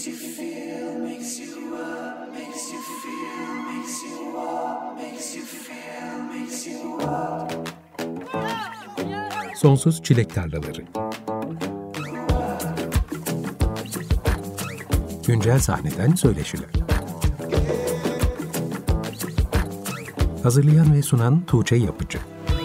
makes you feel, makes you up, makes you feel, makes you walk, makes you feel, makes you walk. Sonsuz Çilek Tarlaları. Güncel sahneden söyleşiler. Hazırlayan ve sunan Tuğçe Yapıcı.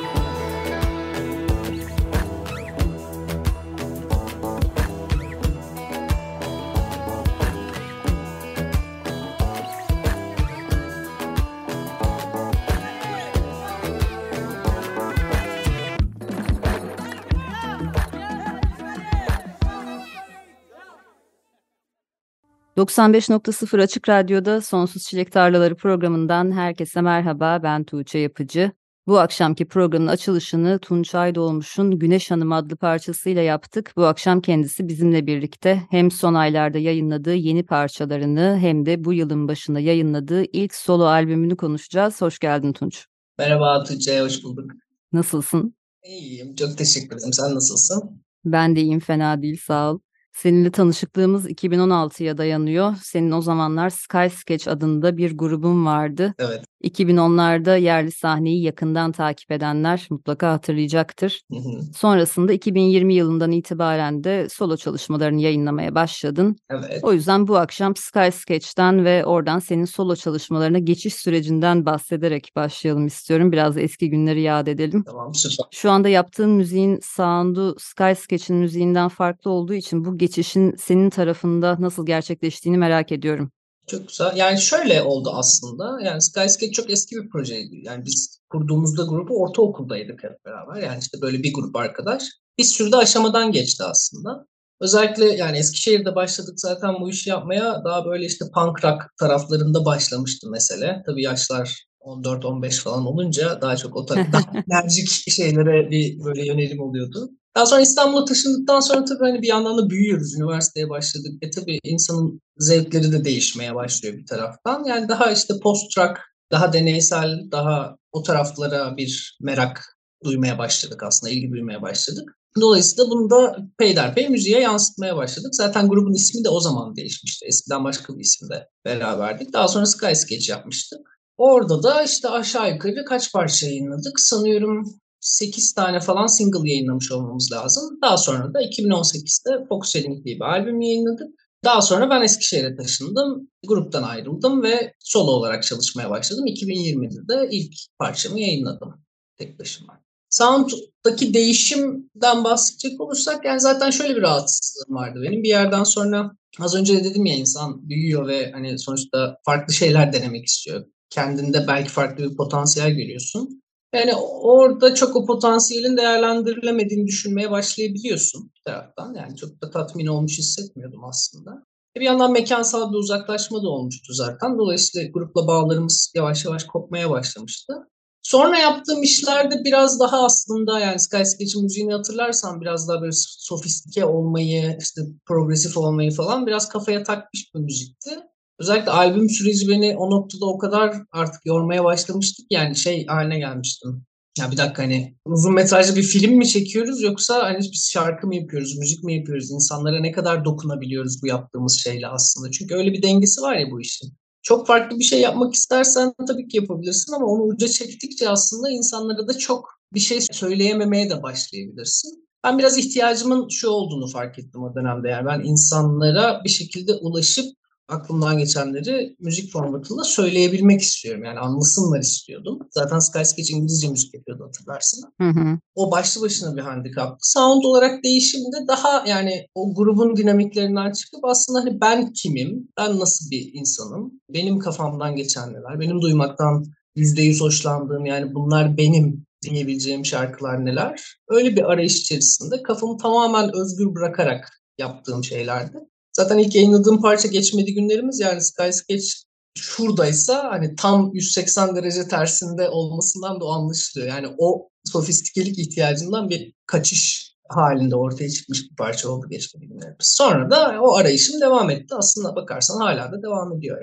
...95.0 Açık Radyo'da Sonsuz Çilek Tarlaları programından herkese merhaba, ben Tuğçe Yapıcı. Bu akşamki programın açılışını Tunçay Doğmuş'un Güneş Hanım adlı parçasıyla yaptık. Bu akşam kendisi bizimle birlikte hem son aylarda yayınladığı yeni parçalarını hem de bu yılın başında yayınladığı ilk solo albümünü konuşacağız. Hoş geldin Tunç. Merhaba Tuğçe, hoş bulduk. Nasılsın? İyiyim, çok teşekkür ederim. Sen nasılsın? Ben de iyiyim, fena değil, sağ ol. Seninle tanışıklığımız 2016'ya dayanıyor. Senin o zamanlar Sky Sketch adında bir grubun vardı. Evet. 2010'larda yerli sahneyi yakından takip edenler mutlaka hatırlayacaktır. Sonrasında 2020 yılından itibaren de solo çalışmalarını yayınlamaya başladın. Evet. O yüzden bu akşam Sky Sketch'ten ve oradan senin solo çalışmalarına geçiş sürecinden bahsederek başlayalım istiyorum. Biraz eski günleri yad edelim. Tamam, süper. Şu anda yaptığın müziğin sound'u Sky Sketch'in müziğinden farklı olduğu için bu geçişin senin tarafında nasıl gerçekleştiğini merak ediyorum. Çok güzel. Yani şöyle oldu aslında. Yani Sky Sketch çok eski bir projeydi. Yani biz kurduğumuzda grubu ortaokuldaydık hep beraber. Yani işte böyle bir grup arkadaş. Bir sürü de aşamadan geçti aslında. Özellikle yani Eskişehir'de başladık zaten bu işi yapmaya. Daha böyle işte punk rock taraflarında başlamıştı mesele. Tabii yaşlar 14-15 falan olunca daha çok o daha enerjik şeylere bir böyle yönelim oluyordu. Daha sonra İstanbul'a taşındıktan sonra tabii hani bir yandan da büyüyoruz. Üniversiteye başladık. Tabii insanın zevkleri de değişmeye başlıyor bir taraftan. Yani daha işte post-rock, daha deneysel, daha o taraflara bir merak duymaya başladık aslında, ilgi duymaya başladık. Dolayısıyla bunu da peyderpey müziğe yansıtmaya başladık. Zaten grubun ismi de o zaman değişmişti. Eskiden başka bir isimle beraberdik. Daha sonra Sky Sketch yapmıştık. Orada da işte aşağı yukarı kaç parça yayınladık? Sanıyorum 8 tane falan single yayınlamış olmamız lazım. Daha sonra da 2018'de Fox Selling diye bir albüm yayınladık. Daha sonra ben Eskişehir'e taşındım. Gruptan ayrıldım ve solo olarak çalışmaya başladım. 2020'de de ilk parçamı yayınladım tek başıma. Sound'daki değişimden bahsedecek olursak yani zaten şöyle bir rahatsızlığım vardı benim. Bir yerden sonra az önce de dedim ya insan büyüyor ve hani sonuçta farklı şeyler denemek istiyor. Kendinde belki farklı bir potansiyel görüyorsun. Yani orada çok o potansiyelin değerlendirilemediğini düşünmeye başlayabiliyorsun bir taraftan. Yani çok da tatmin olmuş hissetmiyordum aslında. Bir yandan mekansal bir uzaklaşma da olmuştu zaten. Dolayısıyla grupla bağlarımız yavaş yavaş kopmaya başlamıştı. Sonra yaptığım işlerde biraz daha aslında yani Sky Sketch'in müziğini hatırlarsan biraz daha böyle sofistike olmayı, işte progresif olmayı falan biraz kafaya takmış bir müzikti. Özellikle albüm süreci beni o noktada o kadar artık yormaya başlamıştık yani şey haline gelmiştim. Ya bir dakika hani uzun metrajlı bir film mi çekiyoruz yoksa hani biz şarkı mı yapıyoruz, müzik mi yapıyoruz? İnsanlara ne kadar dokunabiliyoruz bu yaptığımız şeyle aslında? Çünkü öyle bir dengesi var ya bu işin. Çok farklı bir şey yapmak istersen tabii ki yapabilirsin ama onu uca çektikçe aslında insanlara da çok bir şey söyleyememeye de başlayabilirsin. Ben biraz ihtiyacımın şu olduğunu fark ettim o dönemde. Yani ben insanlara bir şekilde ulaşıp aklımdan geçenleri müzik formatında söyleyebilmek istiyorum. Yani anlasınlar istiyordum. Zaten Sky Sketch İngilizce müzik yapıyordu hatırlarsın. O başlı başına bir handikaptı. Sound olarak değişimde daha yani o grubun dinamiklerinden çıkıp aslında hani ben kimim, ben nasıl bir insanım, benim kafamdan geçen neler, benim duymaktan %100 hoşlandığım yani bunlar benim diyebileceğim şarkılar neler. Öyle bir arayış içerisinde kafamı tamamen özgür bırakarak yaptığım şeylerdi. Zaten ilk yayınladığım parça Geçmedi Günlerimiz yani Sky Sketch şuradaysa hani tam 180 derece tersinde olmasından da o anlaşılıyor. Yani o sofistikelik ihtiyacından bir kaçış halinde ortaya çıkmış bir parça oldu Geçmedi Günlerimiz. Sonra da o arayışım devam etti. Aslında bakarsan hala da devam ediyor yani.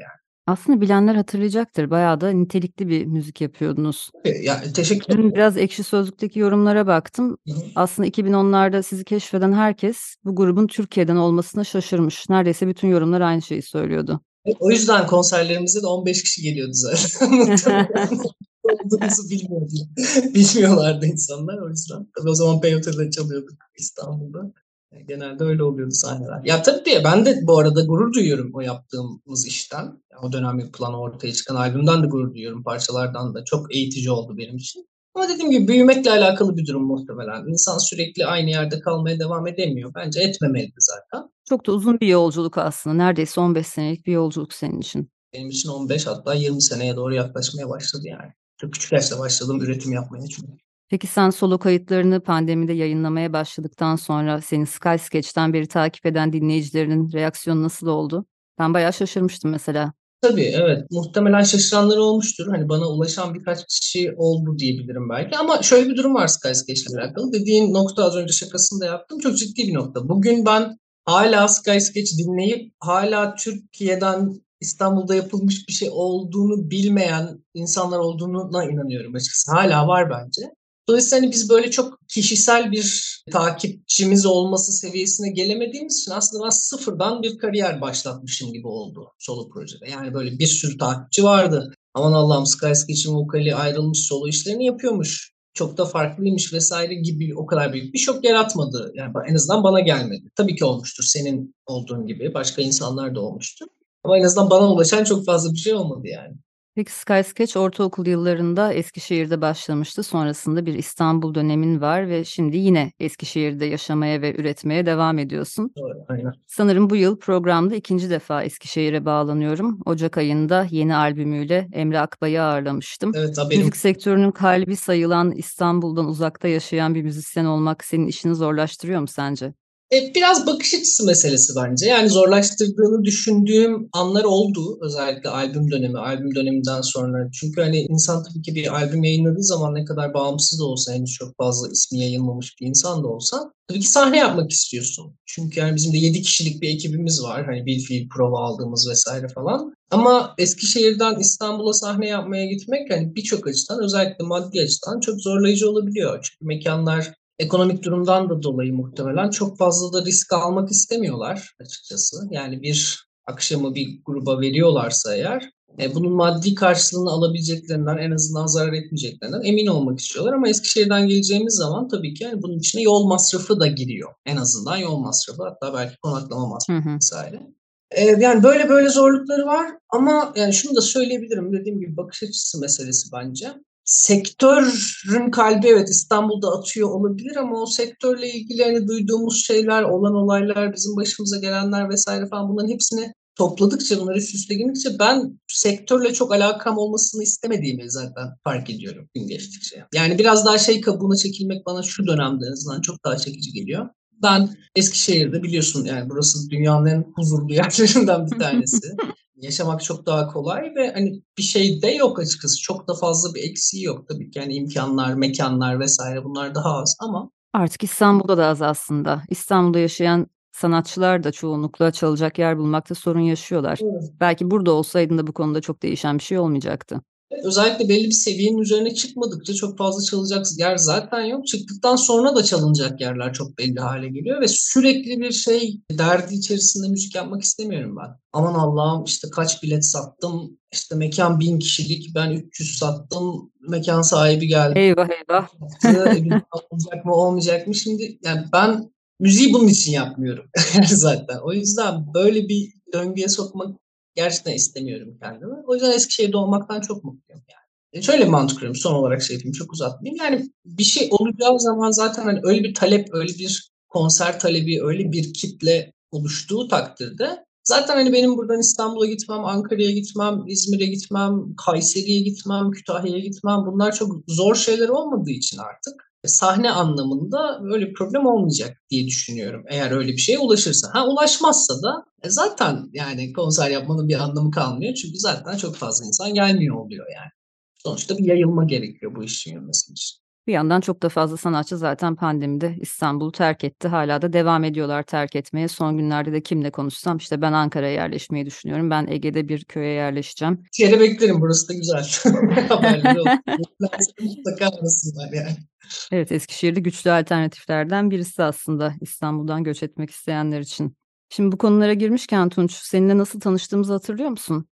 Aslında bilenler hatırlayacaktır. Bayağı da nitelikli bir müzik yapıyordunuz. Ya, teşekkür Dün ederim. biraz Ekşi Sözlük'teki yorumlara baktım. Hı hı. Aslında 2010'larda sizi keşfeden herkes bu grubun Türkiye'den olmasına şaşırmış. Neredeyse bütün yorumlar aynı şeyi söylüyordu. O yüzden konserlerimize de 15 kişi geliyordu zaten. Muhtemelen olduğumuzu bilmiyorlardı insanlar o yüzden. Tabii o zaman Peyote'de çalıyorduk İstanbul'da. Genelde öyle oluyordu sahneler. Ya tabii ben de bu arada gurur duyuyorum o yaptığımız işten. O dönem yapılan ortaya çıkan albümden de gurur duyuyorum. Parçalardan da çok eğitici oldu benim için. Ama dediğim gibi büyümekle alakalı bir durum muhtemelen. İnsan sürekli aynı yerde kalmaya devam edemiyor. Bence etmemeliydi zaten. Çok da uzun bir yolculuk aslında. Neredeyse 15 senelik bir yolculuk senin için. Benim için 15 hatta 20 seneye doğru yaklaşmaya başladı yani. Çok küçük yaşta başladım üretim yapmaya çünkü. Peki sen solo kayıtlarını pandemide yayınlamaya başladıktan sonra seni Sky Sketch'ten beri takip eden dinleyicilerinin reaksiyonu nasıl oldu? Ben bayağı şaşırmıştım mesela. Tabii evet muhtemelen şaşıranları olmuştur. Hani bana ulaşan birkaç kişi oldu diyebilirim belki. Ama şöyle bir durum var Skyscrape'le alakalı. Dediğin nokta az önce şakasını da yaptım. Çok ciddi bir nokta. Bugün ben hala Skyscrape dinleyip hala Türkiye'den İstanbul'da yapılmış bir şey olduğunu bilmeyen insanlar olduğuna inanıyorum açıkçası. Hala var bence. Dolayısıyla hani biz böyle çok kişisel bir takipçimiz olması seviyesine gelemediğimiz için aslında ben sıfırdan bir kariyer başlatmışım gibi oldu solo projede. Yani böyle bir sürü takipçi vardı. Aman Allah'ım Skyscrape'in vokali ayrılmış solo işlerini yapıyormuş. Çok da farklıymış vesaire gibi o kadar büyük bir şok yaratmadı. Yani en azından bana gelmedi. Tabii ki olmuştur senin olduğun gibi. Başka insanlar da olmuştur. Ama en azından bana ulaşan çok fazla bir şey olmadı yani. Peki Sky Sketch ortaokul yıllarında Eskişehir'de başlamıştı. Sonrasında bir İstanbul dönemin var ve şimdi yine Eskişehir'de yaşamaya ve üretmeye devam ediyorsun. Doğru, aynen. Sanırım bu yıl programda ikinci defa Eskişehir'e bağlanıyorum. Ocak ayında yeni albümüyle Emre Akbay'ı ağırlamıştım. Evet haberim. Müzik sektörünün kalbi sayılan İstanbul'dan uzakta yaşayan bir müzisyen olmak senin işini zorlaştırıyor mu sence? Biraz bakış açısı meselesi bence. Yani zorlaştırdığını düşündüğüm anlar oldu. Özellikle albüm döneminden sonra. Çünkü hani insan tabii ki bir albüm yayınladığı zaman ne kadar bağımsız da olsa, henüz çok fazla ismi yayılmamış bir insan da olsa tabii ki sahne yapmak istiyorsun. Çünkü yani bizim de 7 kişilik bir ekibimiz var. Hani bir fiil prova aldığımız vesaire falan. Ama Eskişehir'den İstanbul'a sahne yapmaya gitmek hani birçok açıdan özellikle maddi açıdan çok zorlayıcı olabiliyor. Çünkü mekanlar ekonomik durumdan da dolayı muhtemelen çok fazla da risk almak istemiyorlar açıkçası. Yani bir akşamı bir gruba veriyorlarsa eğer bunun maddi karşılığını alabileceklerinden en azından zarar etmeyeceklerinden emin olmak istiyorlar. Ama Eskişehir'den geleceğimiz zaman tabii ki yani bunun içine yol masrafı da giriyor. En azından yol masrafı hatta belki konaklama Hı masrafı hı. vesaire. Yani böyle zorlukları var ama yani şunu da söyleyebilirim dediğim gibi bakış açısı meselesi bence. Sektörün kalbi evet İstanbul'da atıyor olabilir ama o sektörle ilgili hani duyduğumuz şeyler, olan olaylar, bizim başımıza gelenler vesaire falan bunların hepsini topladıkça, bunlar üst üste geldikçe ben sektörle çok alakam olmasını istemediğimi zaten fark ediyorum gün geçtikçe. Yani biraz daha şey kabuğuna çekilmek bana şu dönemde en azından çok daha çekici geliyor. Ben Eskişehir'de biliyorsun yani burası dünyanın en huzurlu yerlerinden bir tanesi. Yaşamak çok daha kolay ve hani bir şey de yok açıkçası. Çok da fazla bir eksiği yok tabii ki. Yani imkanlar, mekanlar vesaire bunlar daha az ama Artık İstanbul'da da az aslında. İstanbul'da yaşayan sanatçılar da çoğunlukla çalacak yer bulmakta sorun yaşıyorlar. Belki burada olsaydın da bu konuda çok değişen bir şey olmayacaktı. özellikle belli bir seviyenin üzerine çıkmadıkça çok fazla çalacak yer zaten yok. Çıktıktan sonra da çalınacak yerler çok belli hale geliyor ve sürekli bir şey derdi içerisinde müzik yapmak istemiyorum ben. Aman Allah'ım işte kaç bilet sattım, işte mekan 1000 kişilik ben 300 sattım, mekan sahibi geldi. Eyvah eyvah. Olacak mı olmayacak mı? Şimdi yani ben müziği bunun için yapmıyorum zaten. O yüzden böyle bir döngüye sokmak gerçekten istemiyorum kendimi. O yüzden Eskişehir'de olmaktan çok mutluyum yani. Şöyle bir mantık kuruyorum son olarak şey yapayım çok uzatmayayım. Yani bir şey olacağı zaman zaten hani öyle bir talep, öyle bir konser talebi, öyle bir kitle oluştuğu takdirde zaten hani benim buradan İstanbul'a gitmem, Ankara'ya gitmem, İzmir'e gitmem, Kayseri'ye gitmem, Kütahya'ya gitmem bunlar çok zor şeyler olmadığı için artık sahne anlamında böyle bir problem olmayacak diye düşünüyorum. Eğer öyle bir şeye ulaşırsa. Ha ulaşmazsa da zaten yani konser yapmanın bir anlamı kalmıyor. Çünkü zaten çok fazla insan gelmiyor oluyor yani. Sonuçta bir yayılma gerekiyor bu işin yürümesi için. Bir yandan çok da fazla sanatçı zaten pandemide İstanbul'u terk etti. Hala da devam ediyorlar terk etmeye. Son günlerde de kimle konuşsam işte ben Ankara'ya yerleşmeyi düşünüyorum. Ben Ege'de bir köye yerleşeceğim. Yere beklerim, burası da güzel. Haberleri olsun. Mutlaka arasınlar yani. Evet, Eskişehir'de güçlü alternatiflerden birisi aslında İstanbul'dan göç etmek isteyenler için. Şimdi bu konulara girmişken Tunç, seninle nasıl tanıştığımızı hatırlıyor musun?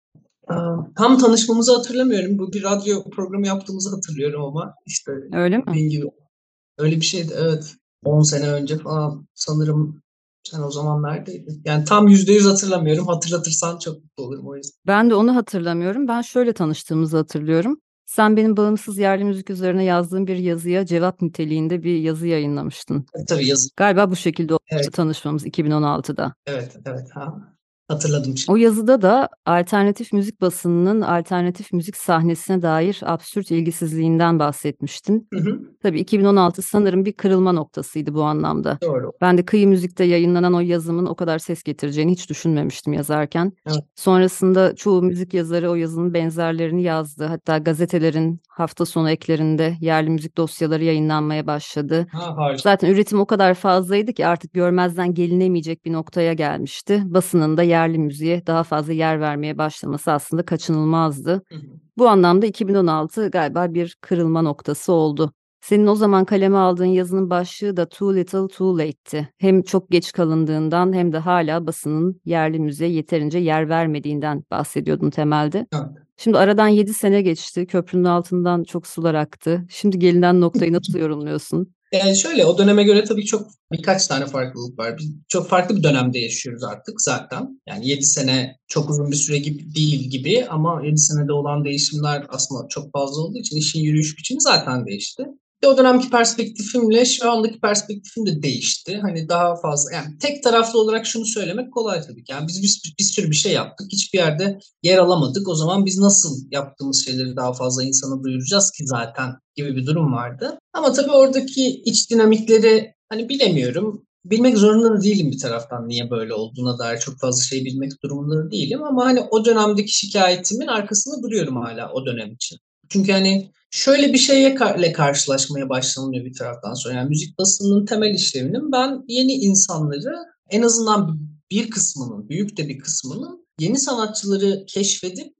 Tam tanışmamızı hatırlamıyorum. Bu bir radyo programı yaptığımızı hatırlıyorum ama işte Öyle mi? dediğin gibi öyle bir şeydi. Evet. 10 sene önce falan sanırım, sen o zaman neredeydin? Yani tam %100 hatırlamıyorum. Hatırlatırsan çok mutlu olurum o yüzden. Ben de onu hatırlamıyorum. Ben şöyle tanıştığımızı hatırlıyorum. Sen benim bağımsız yerli müzik üzerine yazdığım bir yazıya cevap niteliğinde bir yazı yayınlamıştın. Tabii yazık. Galiba bu şekilde olmuştu Evet, tanışmamız 2016'da. evet. Ha. Hatırladım O şimdi. yazıda da alternatif müzik basınının alternatif müzik sahnesine dair absürt ilgisizliğinden bahsetmiştin. Hı hı. Tabii 2016 sanırım bir kırılma noktasıydı bu anlamda. Doğru. Ben de Kıyı Müzik'te yayınlanan o yazımın o kadar ses getireceğini hiç düşünmemiştim yazarken. Evet. Sonrasında çoğu müzik yazarı o yazının benzerlerini yazdı. Hatta gazetelerin hafta sonu eklerinde yerli müzik dosyaları yayınlanmaya başladı. Harika. Zaten üretim o kadar fazlaydı ki artık görmezden gelinemeyecek bir noktaya gelmişti. Basının da yerli müziğe daha fazla yer vermeye başlaması aslında kaçınılmazdı. Hı hı. Bu anlamda 2016 galiba bir kırılma noktası oldu. Senin o zaman kaleme aldığın yazının başlığı da Too Little Too Late'ti. Hem çok geç kalındığından hem de hala basının yerli müziğe yeterince yer vermediğinden bahsediyordun temelde. Evet. Şimdi aradan 7 sene geçti. Köprünün altından çok sular aktı. Şimdi gelinen noktayı nasıl yorumluyorsun? Yani şöyle, o döneme göre tabii çok birkaç tane farklılık var. Biz çok farklı bir dönemde yaşıyoruz artık zaten. Yani 7 sene çok uzun bir süre gibi değil gibi, ama 7 senede olan değişimler aslında çok fazla olduğu için işin yürüyüş biçimi zaten değişti. O dönemki perspektifimle şu andaki perspektifim de değişti. Hani daha fazla, yani tek taraflı olarak şunu söylemek kolay tabii ki. Yani biz bir sürü bir şey yaptık. Hiçbir yerde yer alamadık. O zaman biz nasıl yaptığımız şeyleri daha fazla insana duyuracağız ki zaten, gibi bir durum vardı. Ama tabii oradaki iç dinamikleri hani bilemiyorum. Bilmek zorunda da değilim bir taraftan, niye böyle olduğuna dair çok fazla şey bilmek durumunda değilim. Ama hani o dönemdeki şikayetimin arkasında duruyorum hala o dönem için. Çünkü hani şöyle bir şeyle karşılaşmaya başlanıyor bir taraftan sonra. Yani müzik basınının temel işlevinin, ben yeni insanları, en azından bir kısmının, büyük de bir kısmının, yeni sanatçıları keşfedip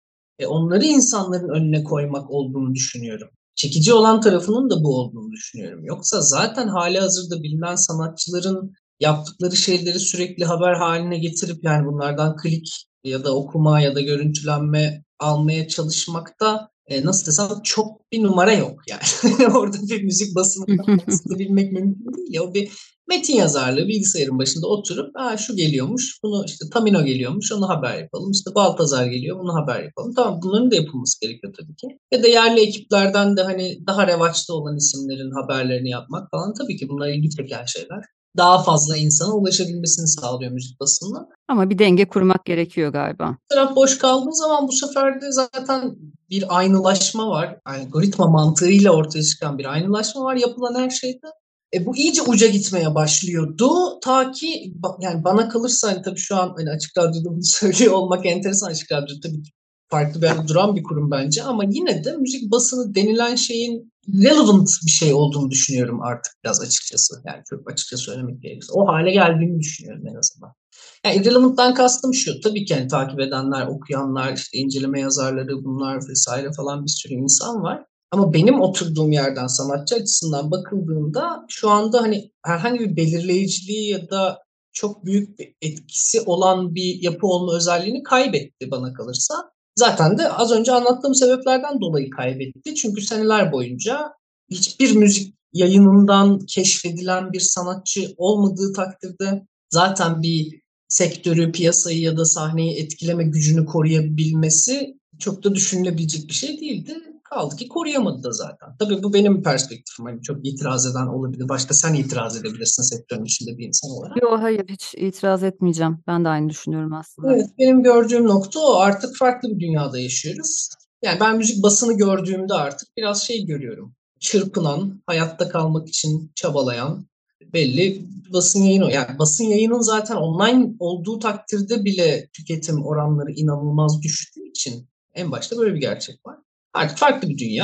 onları insanların önüne koymak olduğunu düşünüyorum. Çekici olan tarafının da bu olduğunu düşünüyorum. Yoksa zaten halihazırda bilinen sanatçıların yaptıkları şeyleri sürekli haber haline getirip, yani bunlardan klik ya da okuma ya da görüntülenme almaya çalışmakta, nasıl desem, çok bir numara yok yani. Orada bir müzik basınından bahsedebilmek mümkün değil ya. O bir metin yazarlığı, bilgisayarın başında oturup şu geliyormuş, bunu işte Tamino geliyormuş, onu haber yapalım. İşte Baltazar geliyor, bunu haber yapalım. Tamam, bunların da yapılması gerekiyor tabii ki. Ya da yerli ekiplerden de hani daha revaçta olan isimlerin haberlerini yapmak falan, tabii ki bunlar ilgi çeken şeyler. Daha fazla insana ulaşabilmesini sağlıyor müzik basını. Ama bir denge kurmak gerekiyor galiba. Taraf boş kaldığı zaman bu sefer de zaten bir aynılaşma var. Algoritma mantığıyla ortaya çıkan bir aynılaşma var yapılan her şeyde. Bu iyice uca gitmeye başlıyordu. Ta ki yani bana kalırsa, hani tabii şu an hani Açık Radyo'da bunu söylüyor olmak enteresan. Açık Radyo tabii farklı bir yerde duran bir kurum bence, ama yine de müzik basını denilen şeyin relevant bir şey olduğunu düşünüyorum artık, biraz açıkçası. Yani çok açıkça söylemek gerekirse. O hale geldiğini düşünüyorum en azından. Yani irrelevant'tan kastım şu: tabii ki hani takip edenler, okuyanlar, işte inceleme yazarları, bunlar vesaire falan, bir sürü insan var. Ama benim oturduğum yerden, sanatçı açısından bakıldığında, şu anda hani herhangi bir belirleyiciliği ya da çok büyük bir etkisi olan bir yapı olma özelliğini kaybetti bana kalırsa. Zaten de az önce anlattığım sebeplerden dolayı kaybetti. Çünkü seneler boyunca hiçbir müzik yayınından keşfedilen bir sanatçı olmadığı takdirde zaten bir sektörü, piyasayı ya da sahneyi etkileme gücünü koruyabilmesi çok da düşünülebilecek bir şey değildi. Kaldı ki koruyamadı da zaten. Tabii bu benim perspektifim. Hani çok itiraz eden olabilir. Başta sen itiraz edebilirsin sektörün içinde bir insan olarak. Yok, hayır, hiç itiraz etmeyeceğim. Ben de aynı düşünüyorum aslında. Evet, benim gördüğüm nokta o. Artık farklı bir dünyada yaşıyoruz. Yani ben müzik basını gördüğümde artık biraz şey görüyorum. Çırpınan, hayatta kalmak için çabalayan belli basın yayını. Yani basın yayının zaten online olduğu takdirde bile tüketim oranları inanılmaz düştüğü için en başta böyle bir gerçek var. Artık farklı bir dünya.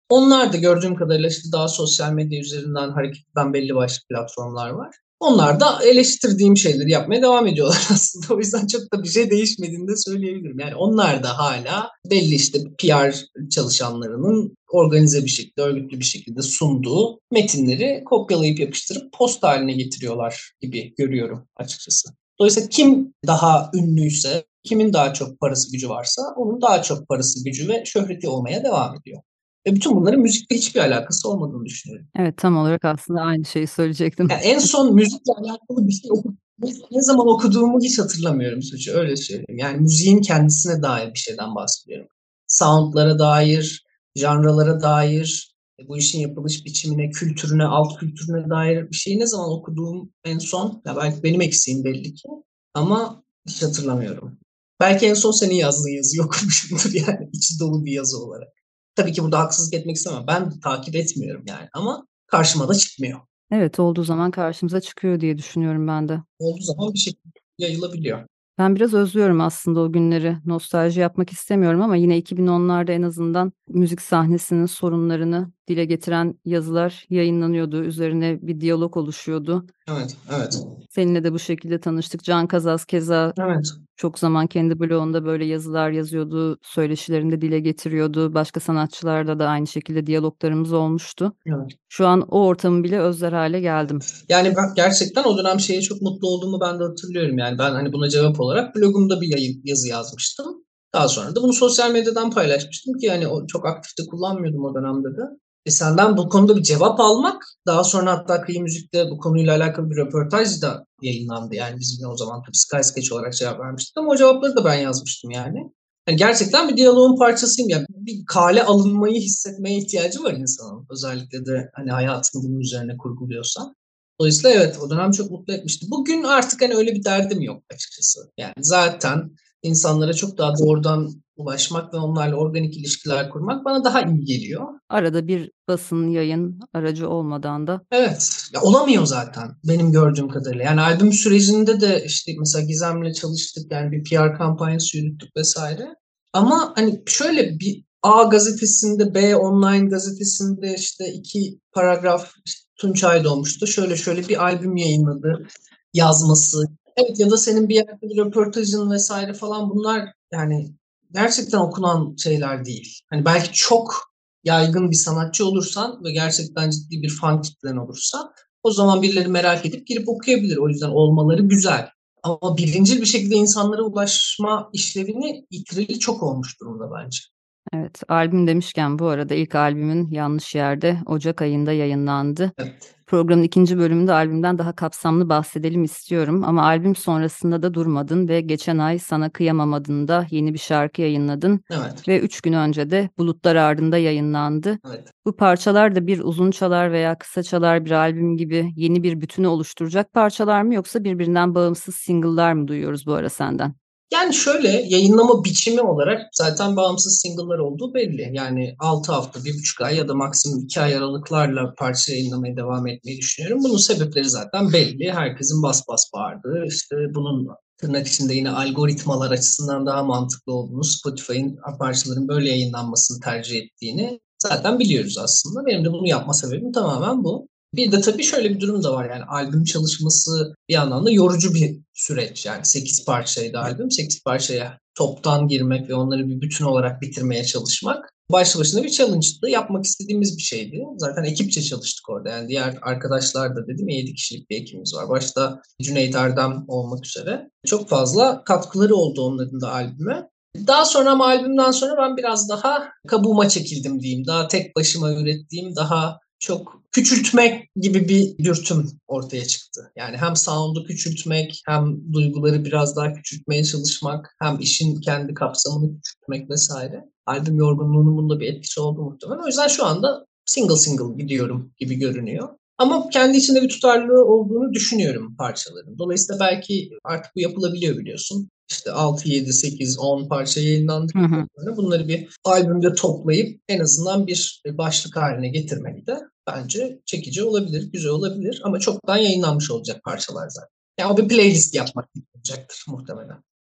Onlar da gördüğüm kadarıyla işte daha sosyal medya üzerinden hareket eden belli başlı platformlar var. Onlar da eleştirdiğim şeyleri yapmaya devam ediyorlar aslında. O yüzden çok da bir şey değişmediğini de söyleyebilirim. Yani onlar da hala belli işte PR çalışanlarının organize bir şekilde, örgütlü bir şekilde sunduğu metinleri kopyalayıp yapıştırıp post haline getiriyorlar gibi görüyorum açıkçası. Dolayısıyla kim daha ünlüyse, kimin daha çok parası gücü varsa onun daha çok parası gücü ve şöhreti olmaya devam ediyor. Ve bütün bunların müzikle hiçbir alakası olmadığını düşünüyorum. Evet, tam olarak aslında aynı şeyi söyleyecektim. Yani en son müzikle alakalı bir şey ne zaman okuduğumu hiç hatırlamıyorum Suçu. Öyle söyleyeyim. Yani müziğin kendisine dair bir şeyden bahsediyorum. Soundlara dair, janralara dair, bu işin yapılış biçimine, kültürüne, alt kültürüne dair bir şeyi ne zaman okuduğum en son, ya belki benim eksiğim belli ki ama hiç hatırlamıyorum. Belki en son senin yazdığın yazıyı okumuşumdur yani içi dolu bir yazı olarak. Tabii ki burada haksızlık etmek istemem. Ben de takip etmiyorum yani ama karşıma da çıkmıyor. Evet, olduğu zaman karşımıza çıkıyor diye düşünüyorum ben de. Olduğu zaman bir şekilde yayılabiliyor. Ben biraz özlüyorum aslında o günleri. Nostalji yapmak istemiyorum ama yine 2010'larda en azından müzik sahnesinin sorunlarını dile getiren yazılar yayınlanıyordu. Üzerine bir diyalog oluşuyordu. Evet, evet, Seninle de bu şekilde tanıştık. Can Kazaz keza evet, çok zaman kendi blogunda böyle yazılar yazıyordu, söyleşilerinde dile getiriyordu. Başka sanatçılarla da aynı şekilde diyaloglarımız olmuştu. evet. Şu an o ortamı bile özler hale geldim. Yani ben gerçekten o dönem şeye çok mutlu olduğumu ben de hatırlıyorum. Yani ben hani buna cevap olarak blogumda bir yazı yazmıştım. Daha sonra da bunu sosyal medyadan paylaşmıştım ki yani o çok aktif de kullanmıyordum o dönemde de. Senden bu konuda bir cevap almak, daha sonra hatta Kıyı Müzik'te bu konuyla alakalı bir röportaj da yayınlandı. Yani biz yine o zaman tabii Sky Sketch olarak cevap vermiştik ama o cevapları da ben yazmıştım yani. Yani gerçekten bir diyaloğun parçasıyım. Yani bir kale alınmayı hissetmeye ihtiyacı var insanın. Özellikle de hani hayatını bunun üzerine kurguluyorsan. Dolayısıyla evet o dönem çok mutlu etmişti. Bugün artık hani öyle bir derdim yok açıkçası. Yani zaten insanlara çok daha doğrudan ulaşmak ve onlarla organik ilişkiler kurmak bana daha iyi geliyor. Arada bir basın yayın aracı olmadan da Evet. Ya olamıyor zaten benim gördüğüm kadarıyla. Yani albüm sürecinde de işte mesela Gizem'le çalıştık. Yani bir PR kampanyası yürüttük vesaire. Ama hani şöyle bir A gazetesinde, B online gazetesinde işte 2 paragraf işte Tunç Aydoğmuş'tu. Şöyle şöyle bir albüm yayınladı yazması. Evet ya da senin bir yerde bir röportajın vesaire falan bunlar yani gerçekten okunan şeyler değil. Hani belki çok yaygın bir sanatçı olursan ve gerçekten ciddi bir fan kitlen olursa o zaman birileri merak edip girip okuyabilir. O yüzden olmaları güzel. Ama birincil bir şekilde insanlara ulaşma işlevini yitireli çok olmuş durumda bence. evet, albüm demişken bu arada ilk albümün Yanlış Yerde Ocak ayında yayınlandı. Evet. Programın ikinci bölümünde albümden daha kapsamlı bahsedelim istiyorum ama albüm sonrasında da durmadın ve geçen ay Sana Kıyamam adında yeni bir şarkı yayınladın Evet. ve 3 gün önce de Bulutlar Ardında yayınlandı. Evet. Bu parçalar da bir uzun çalar veya kısa çalar bir albüm gibi yeni bir bütünü oluşturacak parçalar mı yoksa birbirinden bağımsız single'lar mı duyuyoruz bu ara senden? Yani şöyle yayınlama biçimi olarak zaten bağımsız single'lar olduğu belli. Yani 6 hafta, 1,5 ay ya da maksimum 2 ay aralıklarla parça yayınlamaya devam etmeyi düşünüyorum. Bunun sebepleri zaten belli. Herkesin bas bas bağırdığı, işte bunun tırnak içinde yine algoritmalar açısından daha mantıklı olduğunu, Spotify'ın parçaların böyle yayınlanmasını tercih ettiğini zaten biliyoruz aslında. Benim de bunu yapma sebebim tamamen bu. Bir de tabii şöyle bir durum da var yani albüm çalışması bir yandan da yorucu bir süreç. Yani 8 parçaydı albüm. 8 parçaya toptan girmek ve onları bir bütün olarak bitirmeye çalışmak başlı başına bir challenge'dı. Yapmak istediğimiz bir şeydi. Zaten ekipçe çalıştık orada. Yani diğer arkadaşlar da dedim 7 kişilik bir ekibimiz var. Başta Cüneyt Erdem olmak üzere. Çok fazla katkıları oldu onların da albüme. Daha sonra ama albümden sonra ben biraz daha kabuğuma çekildim diyeyim. Daha tek başıma ürettiğim, daha çok küçültmek gibi bir dürtüm ortaya çıktı. Yani hem sound'u küçültmek, hem duyguları biraz daha küçültmeye çalışmak, hem işin kendi kapsamını küçültmek vesaire. Albüm yorgunluğunun bunda bir etkisi oldu muhtemelen. O yüzden şu anda single single gidiyorum gibi görünüyor. Ama kendi içinde bir tutarlılığı olduğunu düşünüyorum parçaların. Dolayısıyla belki artık bu yapılabiliyor biliyorsun. İşte 6, 7, 8, 10 parça Hı yayınlandıktan hı. sonra bunları bir albümde toplayıp en azından bir başlık haline getirmek de bence çekici olabilir, güzel olabilir. Ama çoktan yayınlanmış olacak parçalar zaten. Yani o bir playlist yapmak olacaktır muhtemelen.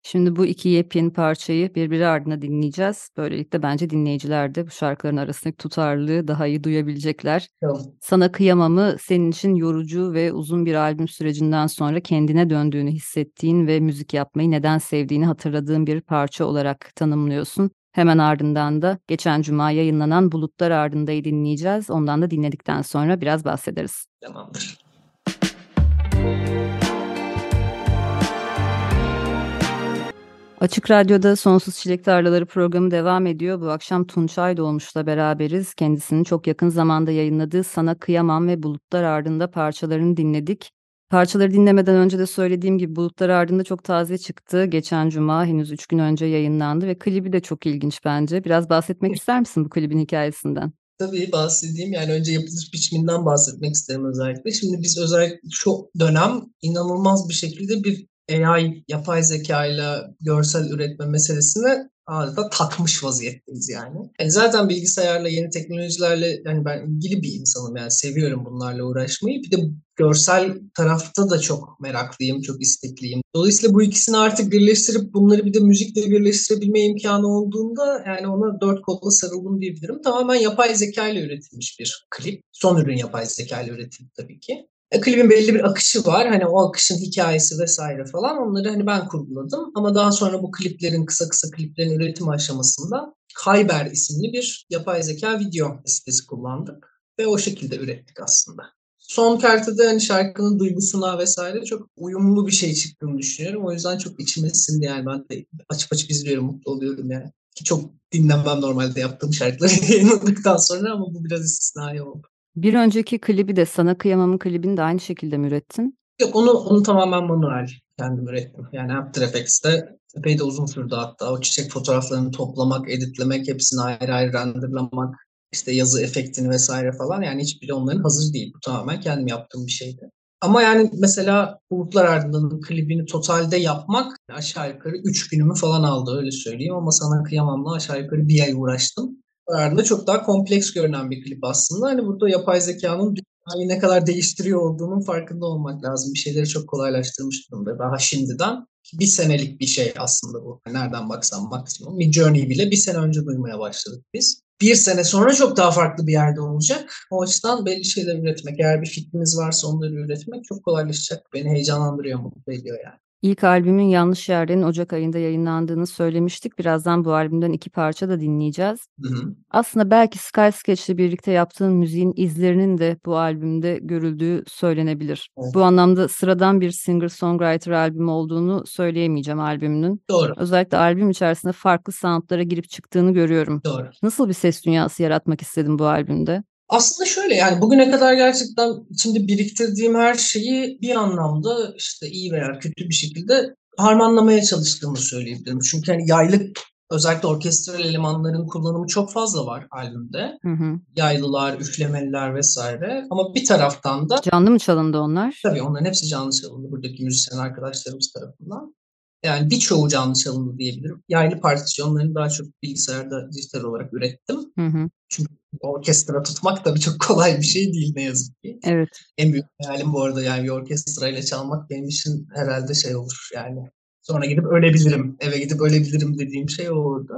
Şimdi bu iki yepyeni parçayı birbiri ardına dinleyeceğiz. Böylelikle bence dinleyiciler de bu şarkıların arasındaki tutarlılığı daha iyi duyabilecekler. Tamam. Sana Kıyamam'ı senin için yorucu ve uzun bir albüm sürecinden sonra kendine döndüğünü hissettiğin ve müzik yapmayı neden sevdiğini hatırladığın bir parça olarak tanımlıyorsun. Hemen ardından da geçen cuma yayınlanan Bulutlar Ardında'yı dinleyeceğiz. Ondan da dinledikten sonra biraz bahsederiz. Tamamdır. Açık Radyo'da Sonsuz Çilek Tarlaları programı devam ediyor. Bu akşam Tunçay Dolmuş'la beraberiz. Kendisinin çok yakın zamanda yayınladığı Sana Kıyamam ve Bulutlar Ardında parçalarını dinledik. Parçaları dinlemeden önce de söylediğim gibi Bulutlar Ardında çok taze çıktı. Geçen cuma henüz 3 gün önce yayınlandı ve klibi de çok ilginç bence. Biraz bahsetmek ister misin bu klibin hikayesinden? Tabii bahsedeyim. Yani önce yapılış biçiminden bahsetmek isterim özellikle. Şimdi biz özellikle şu dönem inanılmaz bir şekilde bir AI, yapay zeka ile görsel üretme meselesine adeta takmış vaziyetteyiz yani. Yani zaten bilgisayarla, yeni teknolojilerle yani ben ilgili bir insanım. Yani seviyorum bunlarla uğraşmayı. Bir de görsel tarafta da çok meraklıyım, çok istekliyim. Dolayısıyla bu ikisini artık birleştirip bunları bir de müzikle birleştirebilme imkanı olduğunda yani ona dört kolla sarıldım diyebilirim. Tamamen yapay zeka ile üretilmiş bir klip. Son ürün yapay zeka ile üretildi tabii ki. Klibin belli bir akışı var. Hani o akışın hikayesi vesaire falan. Onları hani ben kurguladım. Ama daha sonra bu kliplerin, kısa kısa kliplerin üretim aşamasında Kyber isimli bir yapay zeka video sitesi kullandık. Ve o şekilde ürettik aslında. Son kertede hani şarkının duygusuna vesaire çok uyumlu bir şey çıktığını düşünüyorum. O yüzden çok içime sindi yani. Ben de açıp açıp izliyorum, mutlu oluyorum yani. Ki çok dinlemem normalde yaptığım şarkıları yayınladıktan sonra ama bu biraz istisnai oldu. Bir önceki klibi de Sana Kıyamam'ın klibini de aynı şekilde mi ürettin? Yok onu tamamen manuel kendim ürettim. Yani After Effects'te epey de uzun sürdü hatta. O çiçek fotoğraflarını toplamak, editlemek, hepsini ayrı ayrı renderlamak, işte yazı efektini vesaire falan. Yani hiçbiri onların hazır değil. Bu tamamen kendim yaptığım bir şeydi. Ama yani mesela Bulutlar Ardında'nın klibini totalde yapmak aşağı yukarı 3 günümü falan aldı öyle söyleyeyim. Ama Sana Kıyamam'la aşağı yukarı bir ay uğraştım. Ardında çok daha kompleks görünen bir klip aslında. Hani burada yapay zekanın dünyayı ne kadar değiştiriyor olduğunun farkında olmak lazım. Bir şeyleri çok kolaylaştırmış durumda. Daha şimdiden bir senelik bir şey aslında bu. Nereden baksan maksimum. Midjourney bile bir sene önce duymaya başladık biz. Bir sene sonra çok daha farklı bir yerde olacak. O açıdan belli şeyler üretmek, eğer bir fikriniz varsa onları üretmek çok kolaylaşacak. Beni heyecanlandırıyor, mutlu ediyor yani. İlk albümün Yanlış Yerlerin Ocak ayında yayınlandığını söylemiştik. Birazdan bu albümden 2 parça da dinleyeceğiz. Hı hı. Aslında belki Sky Sketch'le birlikte yaptığın müziğin izlerinin de bu albümde görüldüğü söylenebilir. Evet. Bu anlamda sıradan bir singer-songwriter albümü olduğunu söyleyemeyeceğim albümünün. Doğru, Özellikle albüm içerisinde farklı soundlara girip çıktığını görüyorum. doğru. Nasıl bir ses dünyası yaratmak istedin bu albümde? Aslında şöyle yani bugüne kadar gerçekten içimde biriktirdiğim her şeyi bir anlamda işte iyi veya kötü bir şekilde harmanlamaya çalıştığımı söyleyebilirim. Çünkü hani yaylı özellikle orkestral elemanların kullanımı çok fazla var albümde. Hı hı. Yaylılar, üflemeliler vesaire. Ama bir taraftan da Canlı mı çalındı onlar? tabii onların hepsi canlı çalındı buradaki müzisyen arkadaşlarımız tarafından. Yani birçoğu canlı çalındı diyebilirim. Yaylı partisyonlarını daha çok bilgisayarda dijital olarak ürettim. Hı hı. Çünkü orkestra tutmak tabii çok kolay bir şey değil ne yazık ki. Evet. En büyük hayalim bu arada yani bir orkestrayla çalmak benim için herhalde şey olur yani. Sonra gidip ölebilirim, eve gidip ölebilirim dediğim şey o olurdu.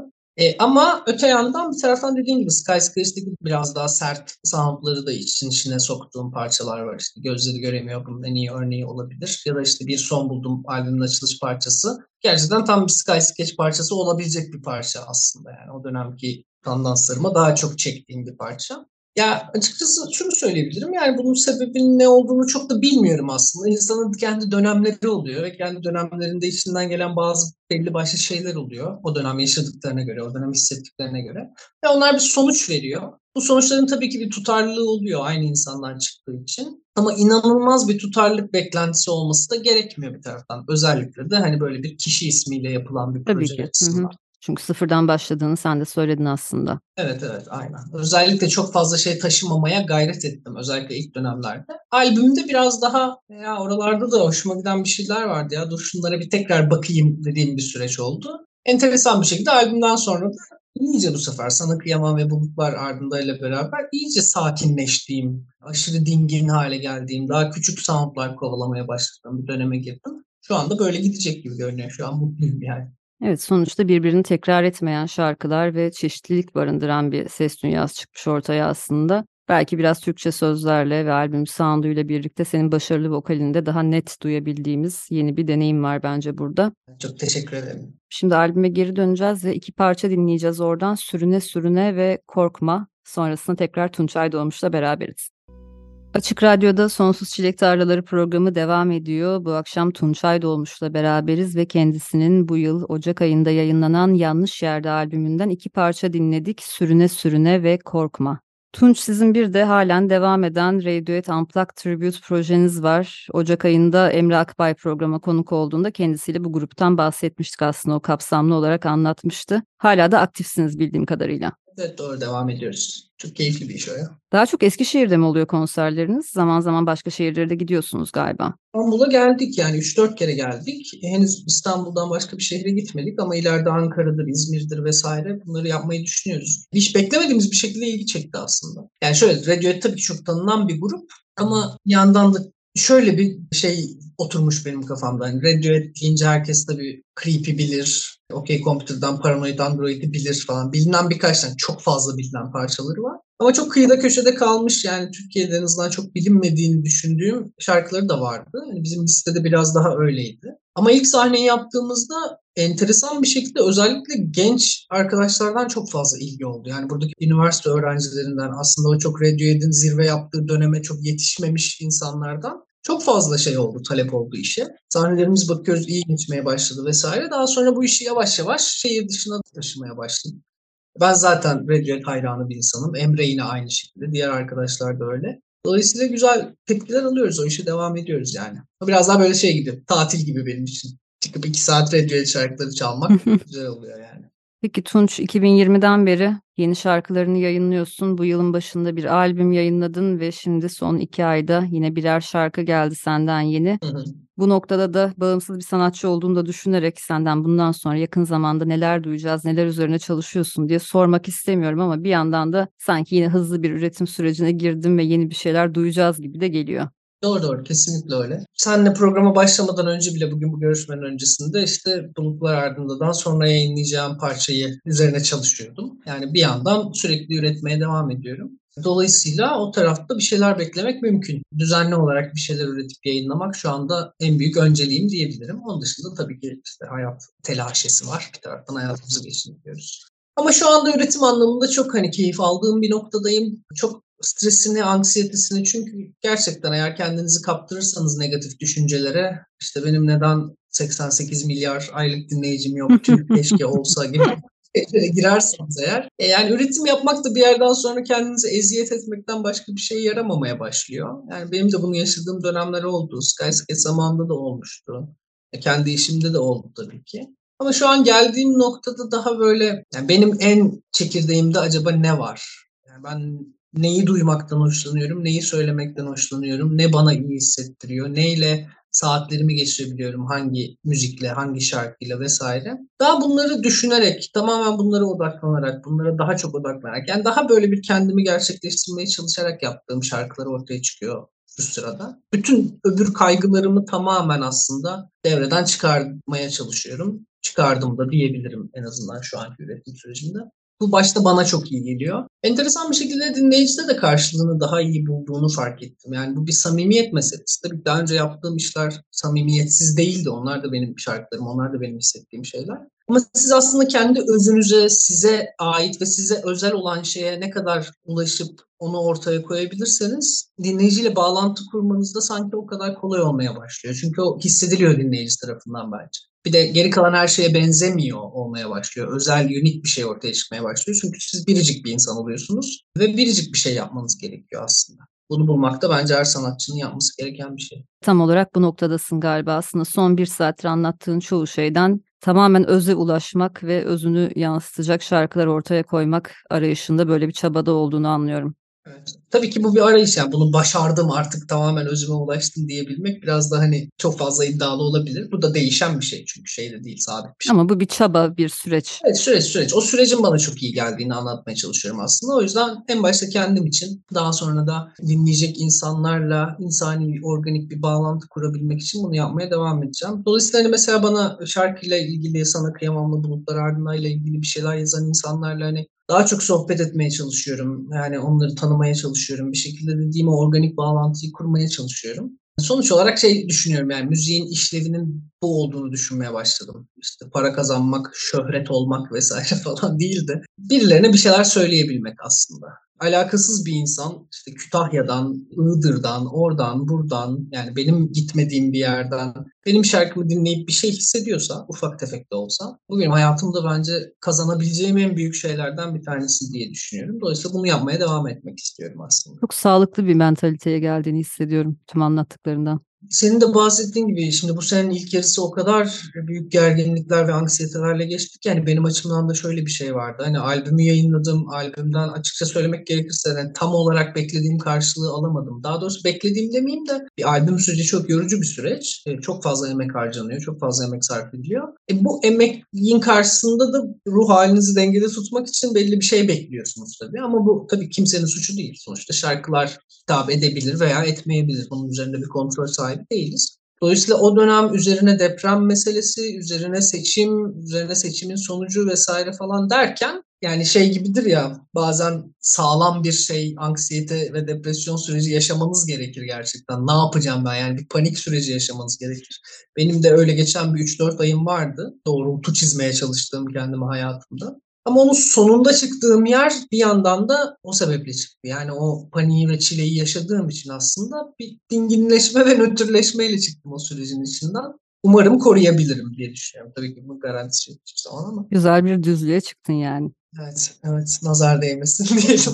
Ama öte yandan bir taraftan dediğim gibi Skyscraper'daki biraz daha sert soundları da içine soktuğum parçalar var. İşte gözleri göremiyor bunun en iyi örneği olabilir. Ya da işte bir son buldum albümün açılış parçası. Gerçekten tam bir Sky Sketch parçası olabilecek bir parça aslında yani o dönemki tandanslarıma daha çok çektiğim bir parça. Ya açıkçası şunu söyleyebilirim yani bunun sebebinin ne olduğunu çok da bilmiyorum aslında. İnsanın kendi dönemleri oluyor ve kendi dönemlerinde içinden gelen bazı belli başlı şeyler oluyor. O dönem yaşadıklarına göre, o dönem hissettiklerine göre. Ve onlar bir sonuç veriyor. Bu sonuçların tabii ki bir tutarlılığı oluyor aynı insandan çıktığı için. Ama inanılmaz bir tutarlılık beklentisi olması da gerekmiyor bir taraftan. Özellikle de hani böyle bir kişi ismiyle yapılan bir Tabii proje ki. Hı hı. açısından. Çünkü sıfırdan başladığını sen de söyledin aslında. Evet evet aynen. Özellikle çok fazla şey taşımamaya gayret ettim. Özellikle ilk dönemlerde. Albümde biraz daha ya oralarda da hoşuma giden bir şeyler vardı ya. Dur şunlara bir tekrar bakayım dediğim bir süreç oldu. Enteresan bir şekilde albümden sonra da iyice bu sefer Sana Kıyamam ve Bulutlar Ardında ile beraber iyice sakinleştiğim, aşırı dingin hale geldiğim, daha küçük soundlar kovalamaya başladığım bir döneme girdim. Şu anda böyle gidecek gibi görünüyor. Şu an mutluyum yani. Evet, sonuçta birbirini tekrar etmeyen şarkılar ve çeşitlilik barındıran bir ses dünyası çıkmış ortaya aslında. Belki biraz Türkçe sözlerle ve albüm sound'uyla birlikte senin başarılı vokalinde daha net duyabildiğimiz yeni bir deneyim var bence burada. Çok teşekkür ederim. Şimdi albüme geri döneceğiz ve 2 parça dinleyeceğiz oradan. Sürüne Sürüne ve Korkma. Sonrasında tekrar Tunçay Doğmuş'la beraberiz. Açık Radyo'da Sonsuz Çilek Tarlaları programı devam ediyor. Bu akşam Tunçay Doğmuş'la beraberiz ve kendisinin bu yıl Ocak ayında yayınlanan Yanlış Yerde albümünden 2 parça dinledik. Sürüne Sürüne ve Korkma. Tunç, sizin bir de halen devam eden Radiohead Unplugged Tribute projeniz var. Ocak ayında Emre Akbay programa konuk olduğunda kendisiyle bu gruptan bahsetmiştik aslında, o kapsamlı olarak anlatmıştı. Hala da aktifsiniz bildiğim kadarıyla. Evet, doğru, devam ediyoruz. Çok keyifli bir iş o ya. Daha çok Eskişehir'de mi oluyor konserleriniz? Zaman zaman başka şehirlere de gidiyorsunuz galiba. İstanbul'a geldik yani 3-4 kere geldik. Henüz İstanbul'dan başka bir şehre gitmedik ama ileride Ankara'dır, İzmir'dir vesaire bunları yapmayı düşünüyoruz. Hiç beklemediğimiz bir şekilde ilgi çekti aslında. Yani şöyle, Radiohead tabii ki çok tanınan bir grup ama bir yandan da şöyle bir şey oturmuş benim kafamda. Yani Radiohead deyince herkes tabii Creep'i bilir, OK Computer'dan Paranoid Android'i bilir falan. Bilinen birkaç tane, çok fazla bilinen parçaları var. Ama çok kıyıda köşede kalmış, yani Türkiye'de en azından çok bilinmediğini düşündüğüm şarkıları da vardı. Yani bizim listede biraz daha öyleydi. Ama ilk sahneyi yaptığımızda enteresan bir şekilde özellikle genç arkadaşlardan çok fazla ilgi oldu. Yani buradaki üniversite öğrencilerinden, aslında o çok Radiohead'in zirve yaptığı döneme çok yetişmemiş insanlardan çok fazla şey oldu, talep oldu işe. Sahnelerimiz bakıyoruz iyi geçmeye başladı vesaire. Daha sonra bu işi yavaş yavaş şehir dışına taşımaya başladım. Ben zaten Radiohead hayranı bir insanım. Emre yine aynı şekilde. Diğer arkadaşlar da öyle. Dolayısıyla güzel tepkiler alıyoruz. O işe devam ediyoruz yani. O biraz daha böyle şey gibi. Tatil gibi benim için. Çıkıp 2 saat Radiohead şarkıları çalmak güzel oluyor yani. Peki Tunç, 2020'den beri yeni şarkılarını yayınlıyorsun. Bu yılın başında bir albüm yayınladın ve şimdi son 2 ayda yine birer şarkı geldi senden yeni. Hı hı. Bu noktada da bağımsız bir sanatçı olduğunu da düşünerek senden bundan sonra yakın zamanda neler duyacağız, neler üzerine çalışıyorsun diye sormak istemiyorum ama bir yandan da sanki yine hızlı bir üretim sürecine girdim ve yeni bir şeyler duyacağız gibi de geliyor. Doğru doğru, kesinlikle öyle. Seninle programa başlamadan önce bile, bugün bu görüşmenin öncesinde işte Bulutlar Ardında'dan sonra yayınlayacağım parçayı üzerine çalışıyordum. Yani bir yandan sürekli üretmeye devam ediyorum. Dolayısıyla o tarafta bir şeyler beklemek mümkün. Düzenli olarak bir şeyler üretip yayınlamak şu anda en büyük önceliğim diyebilirim. Onun dışında tabii ki işte hayat telaşesi var. Bir taraftan hayatımızı geçiriyoruz. Ama şu anda üretim anlamında çok keyif aldığım bir noktadayım. Çok stresini, anksiyetesini, çünkü gerçekten eğer kendinizi kaptırırsanız negatif düşüncelere, işte benim neden 88 milyar aylık dinleyicim yok, tüh keşke olsa gibi girerseniz eğer, yani üretim yapmak da bir yerden sonra kendinize eziyet etmekten başka bir şey yaramamaya başlıyor. Yani benim de bunu yaşadığım dönemler oldu. Skyscape zamanında da olmuştu. Kendi işimde de oldu tabii ki. Ama şu an geldiğim noktada daha böyle, yani benim en çekirdeğimde acaba ne var? Yani ben neyi duymaktan hoşlanıyorum, neyi söylemekten hoşlanıyorum, ne bana iyi hissettiriyor, neyle saatlerimi geçirebiliyorum, hangi müzikle, hangi şarkıyla vesaire. Daha bunları düşünerek, tamamen bunlara odaklanarak, bunlara daha çok odaklanarak, yani daha böyle bir kendimi gerçekleştirmeye çalışarak yaptığım şarkılar ortaya çıkıyor şu sırada. Bütün öbür kaygılarımı tamamen aslında devreden çıkarmaya çalışıyorum. Çıkardım da diyebilirim en azından şu anki üretim sürecinde. Bu başta bana çok iyi geliyor. Enteresan bir şekilde dinleyicide de karşılığını daha iyi bulduğunu fark ettim. Yani bu bir samimiyet meselesi. Tabii daha önce yaptığım işler samimiyetsiz değildi. Onlar da benim şarkılarım, onlar da benim hissettiğim şeyler. Ama siz aslında kendi özünüze, size ait ve size özel olan şeye ne kadar ulaşıp onu ortaya koyabilirseniz, dinleyiciyle bağlantı kurmanız da sanki o kadar kolay olmaya başlıyor. Çünkü o hissediliyor dinleyici tarafından bence. Bir de geri kalan her şeye benzemiyor olmaya başlıyor. Özel, unik bir şey ortaya çıkmaya başlıyor. Çünkü siz biricik bir insan oluyorsunuz ve biricik bir şey yapmanız gerekiyor aslında. Bunu bulmak da bence her sanatçının yapması gereken bir şey. Tam olarak bu noktadasın galiba. Aslında son 1 saattir anlattığın çoğu şeyden tamamen öze ulaşmak ve özünü yansıtacak şarkılar ortaya koymak arayışında böyle bir çabada olduğunu anlıyorum. Evet. Tabii ki bu bir arayış, yani bunu başardım artık tamamen özüme ulaştım diyebilmek biraz da hani çok fazla iddialı olabilir. Bu da değişen bir şey çünkü şey de değil, sabit bir şey. Ama bu bir çaba, bir süreç. Evet, süreç. O sürecin bana çok iyi geldiğini anlatmaya çalışıyorum aslında. O yüzden en başta kendim için, daha sonra da dinleyecek insanlarla insani, organik bir bağlantı kurabilmek için bunu yapmaya devam edeceğim. Dolayısıyla hani mesela bana şarkıyla ilgili, Sana Kıyamam'la Bulutlar Ardına'yla ilgili bir şeyler yazan insanlarla hani daha çok sohbet etmeye çalışıyorum. Yani onları tanımaya çalışıyorum. Bir şekilde dediğim o organik bağlantıyı kurmaya çalışıyorum. Sonuç olarak şey düşünüyorum, yani müziğin işlevinin bu olduğunu düşünmeye başladım. İşte para kazanmak, şöhret olmak vesaire falan değil de birilerine bir şeyler söyleyebilmek aslında. Alakasız bir insan işte Kütahya'dan, Iğdır'dan, oradan, buradan, yani benim gitmediğim bir yerden benim şarkımı dinleyip bir şey hissediyorsa, ufak tefek de olsa, bu benim hayatımda bence kazanabileceğim en büyük şeylerden bir tanesi diye düşünüyorum. Dolayısıyla bunu yapmaya devam etmek istiyorum aslında. Çok sağlıklı bir mentaliteye geldiğini hissediyorum tüm anlattıklarından. Senin de bahsettiğin gibi şimdi bu senenin ilk yarısı o kadar büyük gerginlikler ve anksiyetelerle geçtik. Yani benim açımdan da şöyle bir şey vardı. Hani albümü yayınladım. Albümden açıkça söylemek gerekirse yani tam olarak beklediğim karşılığı alamadım. Daha doğrusu beklediğim demeyeyim de bir albüm süreci çok yorucu bir süreç. Çok fazla emek harcanıyor. Çok fazla emek sarf ediliyor. Bu emeğin karşısında da ruh halinizi dengede tutmak için belli bir şey bekliyorsunuz tabii. Ama bu tabii kimsenin suçu değil. Sonuçta şarkılar hitap edebilir veya etmeyebilir. Bunun üzerinde bir kontrol sahibi değiliz. Dolayısıyla o dönem üzerine deprem meselesi, üzerine seçim, üzerine seçimin sonucu vesaire falan derken, yani şey gibidir ya, bazen sağlam bir şey, anksiyete ve depresyon süreci yaşamanız gerekir gerçekten. Ne yapacağım ben, yani bir panik süreci yaşamanız gerekir. Benim de öyle geçen bir 3-4 ayım vardı. Doğrultu çizmeye çalıştığım kendime hayatımda. Ama onun sonunda çıktığım yer bir yandan da o sebeple çıktı. Yani o paniği ve çileyi yaşadığım için aslında bir dinginleşme ve nötrleşmeyle çıktım o sürecin içinden. Umarım koruyabilirim diye düşünüyorum. Tabii ki bu garantisi yok hiçbir zaman ama. Güzel bir düzlüğe çıktın yani. Evet, nazar değmesin diyelim.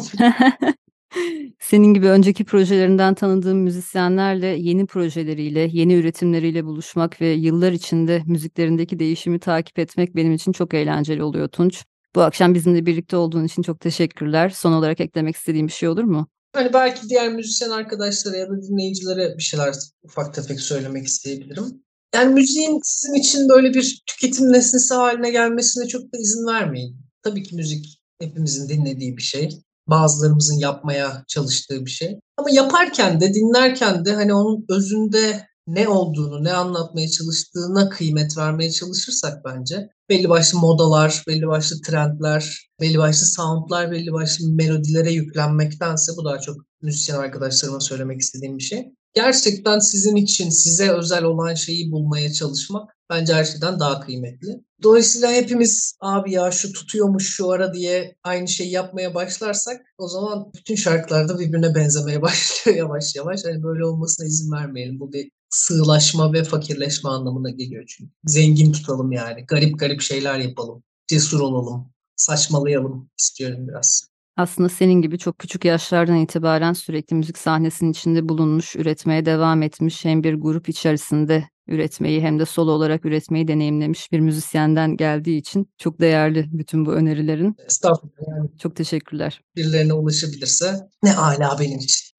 Senin gibi önceki projelerinden tanıdığım müzisyenlerle yeni projeleriyle, yeni üretimleriyle buluşmak ve yıllar içinde müziklerindeki değişimi takip etmek benim için çok eğlenceli oluyor Tunç. Bu akşam bizimle birlikte olduğun için çok teşekkürler. Son olarak eklemek istediğim bir şey olur mu? Hani belki diğer müzisyen arkadaşlara ya da dinleyicilere bir şeyler ufak tefek söylemek isteyebilirim. Yani müziğin sizin için böyle bir tüketim nesnesi haline gelmesine çok da izin vermeyin. Tabii ki müzik hepimizin dinlediği bir şey. Bazılarımızın yapmaya çalıştığı bir şey. Ama yaparken de dinlerken de hani onun özünde ne olduğunu, ne anlatmaya çalıştığına kıymet vermeye çalışırsak bence belli başlı modalar, belli başlı trendler, belli başlı soundlar, belli başlı melodilere yüklenmektense, bu daha çok müzisyen arkadaşlarıma söylemek istediğim bir şey. Gerçekten sizin için size özel olan şeyi bulmaya çalışmak bence her şeyden daha kıymetli. Dolayısıyla hepimiz abi ya şu tutuyormuş şu ara diye aynı şeyi yapmaya başlarsak o zaman bütün şarkılarda birbirine benzemeye başlıyor yavaş yavaş. Hani böyle olmasına izin vermeyelim. Bu bir sığlaşma ve fakirleşme anlamına geliyor çünkü. Zengin tutalım yani. Garip garip şeyler yapalım. Cesur olalım. Saçmalayalım istiyorum biraz. Aslında senin gibi çok küçük yaşlardan itibaren sürekli müzik sahnesinin içinde bulunmuş, üretmeye devam etmiş, hem bir grup içerisinde üretmeyi hem de solo olarak üretmeyi deneyimlemiş bir müzisyenden geldiği için çok değerli bütün bu önerilerin. Estağfurullah, yani Çok teşekkürler. birilerine ulaşabilirse ne âlâ benim için.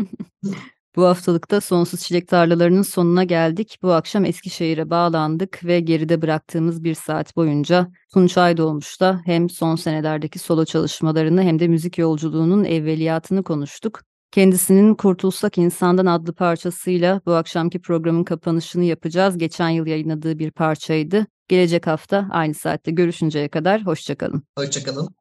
Bu haftalıkta Sonsuz Çilek Tarlaları'nın sonuna geldik. Bu akşam Eskişehir'e bağlandık ve geride bıraktığımız bir saat boyunca Tunç Aydoğmuş'ta hem son senelerdeki solo çalışmalarını hem de müzik yolculuğunun evveliyatını konuştuk. Kendisinin Kurtulsak İnsandan adlı parçasıyla bu akşamki programın kapanışını yapacağız. Geçen yıl yayınladığı bir parçaydı. Gelecek hafta aynı saatte görüşünceye kadar hoşça kalın. Hoşça kalın.